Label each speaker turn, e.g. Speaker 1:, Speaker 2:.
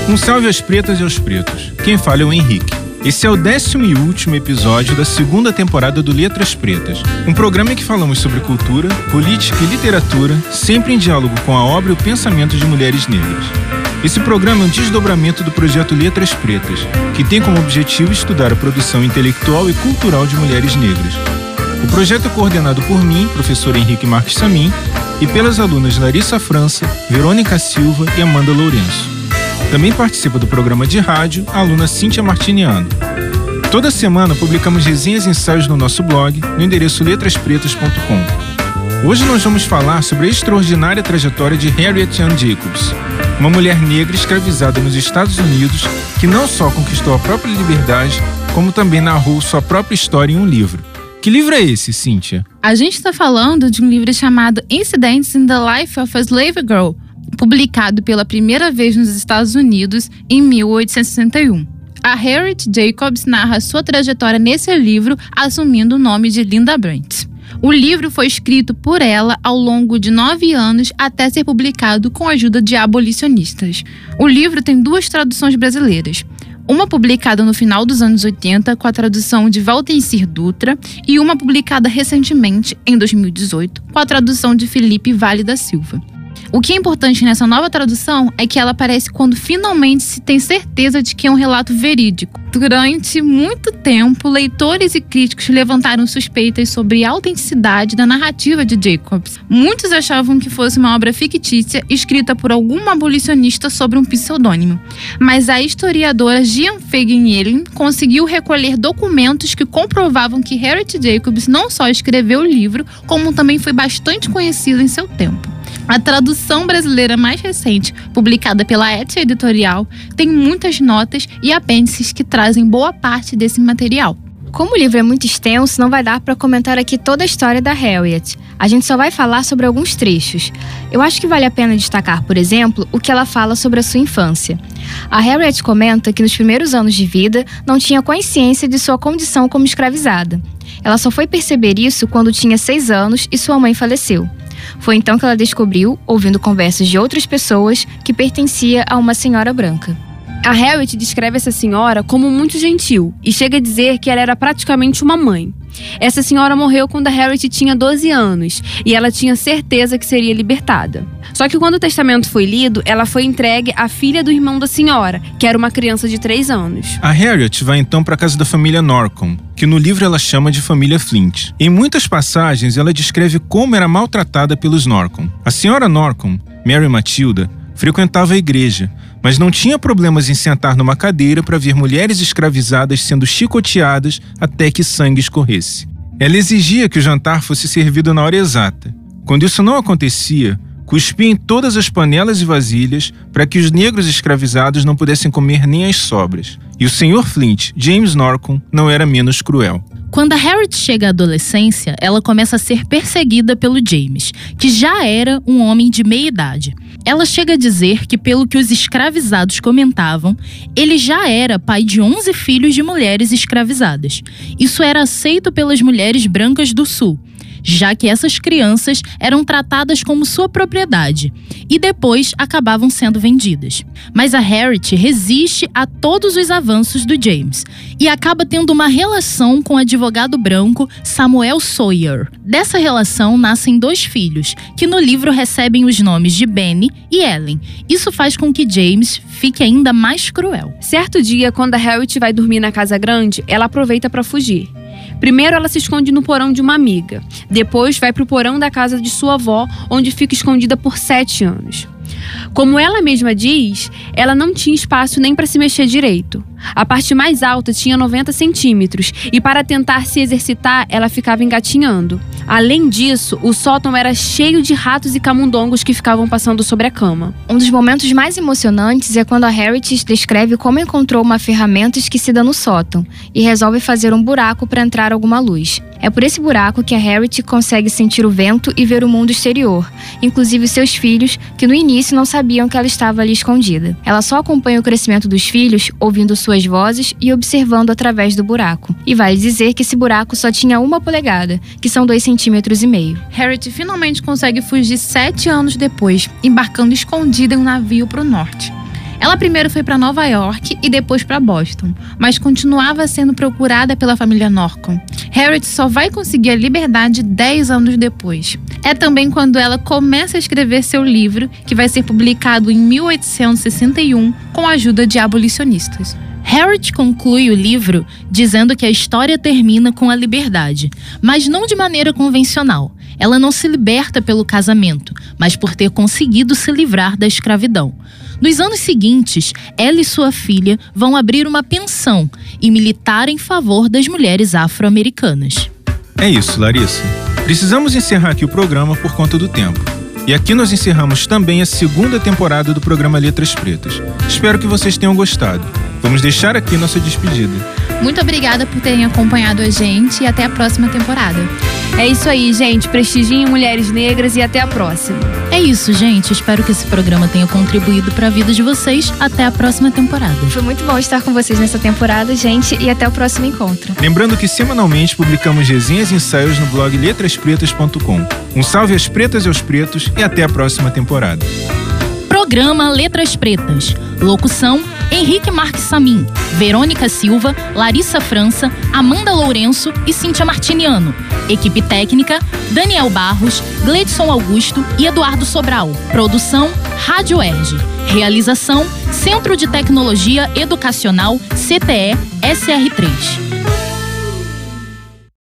Speaker 1: Um salve às pretas e aos pretos. Quem fala é o Henrique. Esse é o 10º e último episódio da 2ª temporada do Letras Pretas, um programa em que falamos sobre cultura, política e literatura, sempre em diálogo com a obra e o pensamento de mulheres negras. Esse programa é um desdobramento do projeto Letras Pretas, que tem como objetivo estudar a produção intelectual e cultural de mulheres negras. O projeto é coordenado por mim, professor Henrique Marques Samin, e pelas alunas Larissa França, Verônica Silva e Amanda Lourenço. Também participa do programa de rádio a aluna Cíntia Martiniano. Toda semana publicamos resenhas e ensaios no nosso blog, no endereço letraspretas.com. Hoje nós vamos falar sobre a extraordinária trajetória de Harriet Ann Jacobs, uma mulher negra escravizada nos Estados Unidos que não só conquistou a própria liberdade, como também narrou sua própria história em um livro. Que livro é esse, Cíntia?
Speaker 2: A gente está falando de um livro chamado Incidents in the Life of a Slave Girl, publicado pela primeira vez nos Estados Unidos em 1861. A Harriet Jacobs narra sua trajetória nesse livro assumindo o nome de Linda Brent. O livro foi escrito por ela ao longo de 9 anos até ser publicado com a ajuda de abolicionistas. O livro tem 2 traduções brasileiras. Uma publicada no final dos anos 80 com a tradução de Valtencir Dutra e uma publicada recentemente, em 2018, com a tradução de Felipe Vale da Silva. O que é importante nessa nova tradução é que ela aparece quando finalmente se tem certeza de que é um relato verídico. Durante muito tempo, leitores e críticos levantaram suspeitas sobre a autenticidade da narrativa de Jacobs. Muitos achavam que fosse uma obra fictícia escrita por algum abolicionista sobre um pseudônimo. Mas a historiadora Jean Feigen-Yelin conseguiu recolher documentos que comprovavam que Harriet Jacobs não só escreveu o livro, como também foi bastante conhecida em seu tempo. A tradução brasileira mais recente, publicada pela Etia Editorial, tem muitas notas e apêndices que trazem boa parte desse material.
Speaker 3: Como o livro é muito extenso, não vai dar para comentar aqui toda a história da Harriet. A gente só vai falar sobre alguns trechos. Eu acho que vale a pena destacar, por exemplo, o que ela fala sobre a sua infância. A Harriet comenta que nos primeiros anos de vida não tinha consciência de sua condição como escravizada. Ela só foi perceber isso quando tinha 6 anos e sua mãe faleceu. Foi então que ela descobriu, ouvindo conversas de outras pessoas, que pertencia a uma senhora branca.
Speaker 4: A Harriet descreve essa senhora como muito gentil e chega a dizer que ela era praticamente uma mãe. Essa senhora morreu quando a Harriet tinha 12 anos e ela tinha certeza que seria libertada. Só que quando o testamento foi lido, ela foi entregue à filha do irmão da senhora, que era uma criança de 3 anos.
Speaker 1: A Harriet vai então para a casa da família Norcom, que no livro ela chama de família Flint. Em muitas passagens, ela descreve como era maltratada pelos Norcom. A senhora Norcom, Mary Matilda, frequentava a igreja, mas não tinha problemas em sentar numa cadeira para ver mulheres escravizadas sendo chicoteadas até que sangue escorresse. Ela exigia que o jantar fosse servido na hora exata. Quando isso não acontecia, cuspia em todas as panelas e vasilhas para que os negros escravizados não pudessem comer nem as sobras. E o Sr. Flint, James Norcom, não era menos cruel.
Speaker 2: Quando a Harriet chega à adolescência, ela começa a ser perseguida pelo James, que já era um homem de meia idade. Ela chega a dizer que, pelo que os escravizados comentavam, ele já era pai de 11 filhos de mulheres escravizadas. Isso era aceito pelas mulheres brancas do Sul, já que essas crianças eram tratadas como sua propriedade e depois acabavam sendo vendidas. Mas a Harriet resiste a todos os avanços do James e acaba tendo uma relação com o advogado branco Samuel Sawyer. Dessa relação nascem 2 filhos, que no livro recebem os nomes de Benny e Ellen. Isso faz com que James fique ainda mais cruel.
Speaker 4: Certo dia, quando a Harriet vai dormir na casa grande, ela aproveita para fugir. Primeiro ela se esconde no porão de uma amiga. Depois vai para o porão da casa de sua avó, onde fica escondida por 7 anos. Como ela mesma diz, ela não tinha espaço nem para se mexer direito. A parte mais alta tinha 90 centímetros e para tentar se exercitar, ela ficava engatinhando. Além disso, o sótão era cheio de ratos e camundongos que ficavam passando sobre a cama.
Speaker 3: Um dos momentos mais emocionantes é quando a Harriet descreve como encontrou uma ferramenta esquecida no sótão e resolve fazer um buraco para entrar alguma luz. É por esse buraco que a Harriet consegue sentir o vento e ver o mundo exterior, inclusive seus filhos, que no início não sabiam que ela estava ali escondida. Ela só acompanha o crescimento dos filhos, ouvindo suas vozes e observando através do buraco. E vale dizer que esse buraco só tinha 1 polegada, que são 2,5 centímetros.
Speaker 2: Harriet finalmente consegue fugir 7 anos depois, embarcando escondida em um navio para o norte. Ela primeiro foi para Nova York e depois para Boston, mas continuava sendo procurada pela família Norcom. Harriet só vai conseguir a liberdade 10 anos depois. É também quando ela começa a escrever seu livro, que vai ser publicado em 1861 com a ajuda de abolicionistas.
Speaker 5: Harriet conclui o livro dizendo que a história termina com a liberdade, mas não de maneira convencional. Ela não se liberta pelo casamento, mas por ter conseguido se livrar da escravidão. Nos anos seguintes, ela e sua filha vão abrir uma pensão e militar em favor das mulheres afro-americanas.
Speaker 1: É isso, Larissa. Precisamos encerrar aqui o programa por conta do tempo. E aqui nós encerramos também a segunda temporada do programa Letras Pretas. Espero que vocês tenham gostado. Vamos deixar aqui nossa despedida.
Speaker 2: Muito obrigada por terem acompanhado a gente e até a próxima temporada.
Speaker 4: É isso aí, gente. Prestigiem mulheres negras e até a próxima.
Speaker 5: É isso, gente. Espero que esse programa tenha contribuído para a vida de vocês. Até a próxima temporada.
Speaker 3: Foi muito bom estar com vocês nessa temporada, gente, e até o próximo encontro.
Speaker 1: Lembrando que semanalmente publicamos resenhas e ensaios no blog letraspretas.com. Um salve às pretas e aos pretos e até a próxima temporada.
Speaker 5: Programa Letras Pretas. Locução: Henrique Marques Samin, Verônica Silva, Larissa França, Amanda Lourenço e Cíntia Martiniano. Equipe técnica: Daniel Barros, Gleidson Augusto e Eduardo Sobral. Produção: Rádio Erge. Realização: Centro de Tecnologia Educacional CTE SR3.